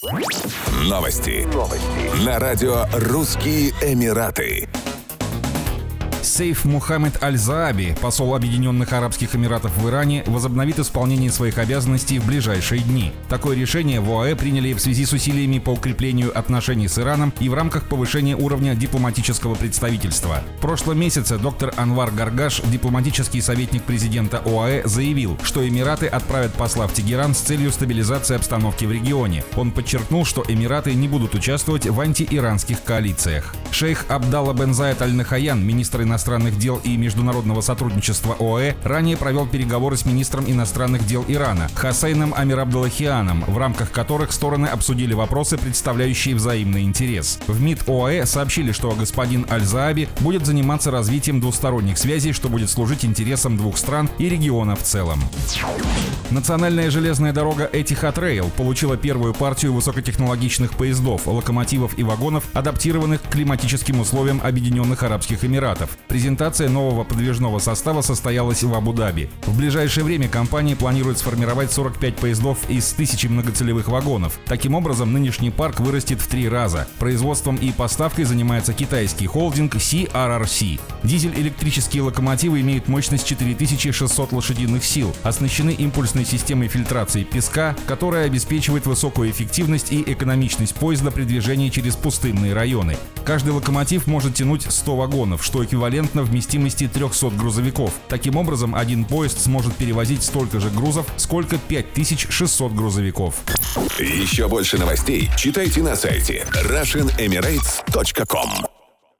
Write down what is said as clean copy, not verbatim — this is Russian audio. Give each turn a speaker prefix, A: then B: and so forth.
A: Новости. На радио «Русские Эмираты».
B: Сейф Мухаммед Аль-Зааби, посол Объединенных Арабских Эмиратов в Иране, возобновит исполнение своих обязанностей в ближайшие дни. Такое решение в ОАЭ приняли в связи с усилиями по укреплению отношений с Ираном и в рамках повышения уровня дипломатического представительства. В прошлом месяце доктор Анвар Гаргаш, дипломатический советник президента ОАЭ, заявил, что Эмираты отправят посла в Тегеран с целью стабилизации обстановки в регионе. Он подчеркнул, что Эмираты не будут участвовать в антииранских коалициях. Шейх Абдалла бен Заид Аль-Нахаян, министр иностранных дел и международного сотрудничества ОАЭ, ранее провел переговоры с министром иностранных дел Ирана Хосейном Амир Абдаллахианом, в рамках которых стороны обсудили вопросы, представляющие взаимный интерес. В МИД ОАЭ сообщили, что господин Аль-Зааби будет заниматься развитием двусторонних связей, что будет служить интересам двух стран и региона в целом. Национальная железная дорога Этихад Рейл получила первую партию высокотехнологичных поездов, локомотивов и вагонов, адаптированных к климатическим условиям Объединенных Арабских Эмиратов. Презентация нового подвижного состава состоялась в Абу-Даби. В ближайшее время компания планирует сформировать 45 поездов из 1000 многоцелевых вагонов. Таким образом, нынешний парк вырастет в 3 раза. Производством и поставкой занимается китайский холдинг CRRC. Дизель-электрические локомотивы имеют мощность 4600 лошадиных сил, оснащены импульсной системой фильтрации песка, которая обеспечивает высокую эффективность и экономичность поезда при движении через пустынные районы. Каждый локомотив может тянуть 100 вагонов, что эквивалентно вместимости 300 грузовиков. Таким образом, один поезд сможет перевозить столько же грузов, сколько 5600 грузовиков.
A: Еще больше новостей читайте на сайте RussianEmirates.com.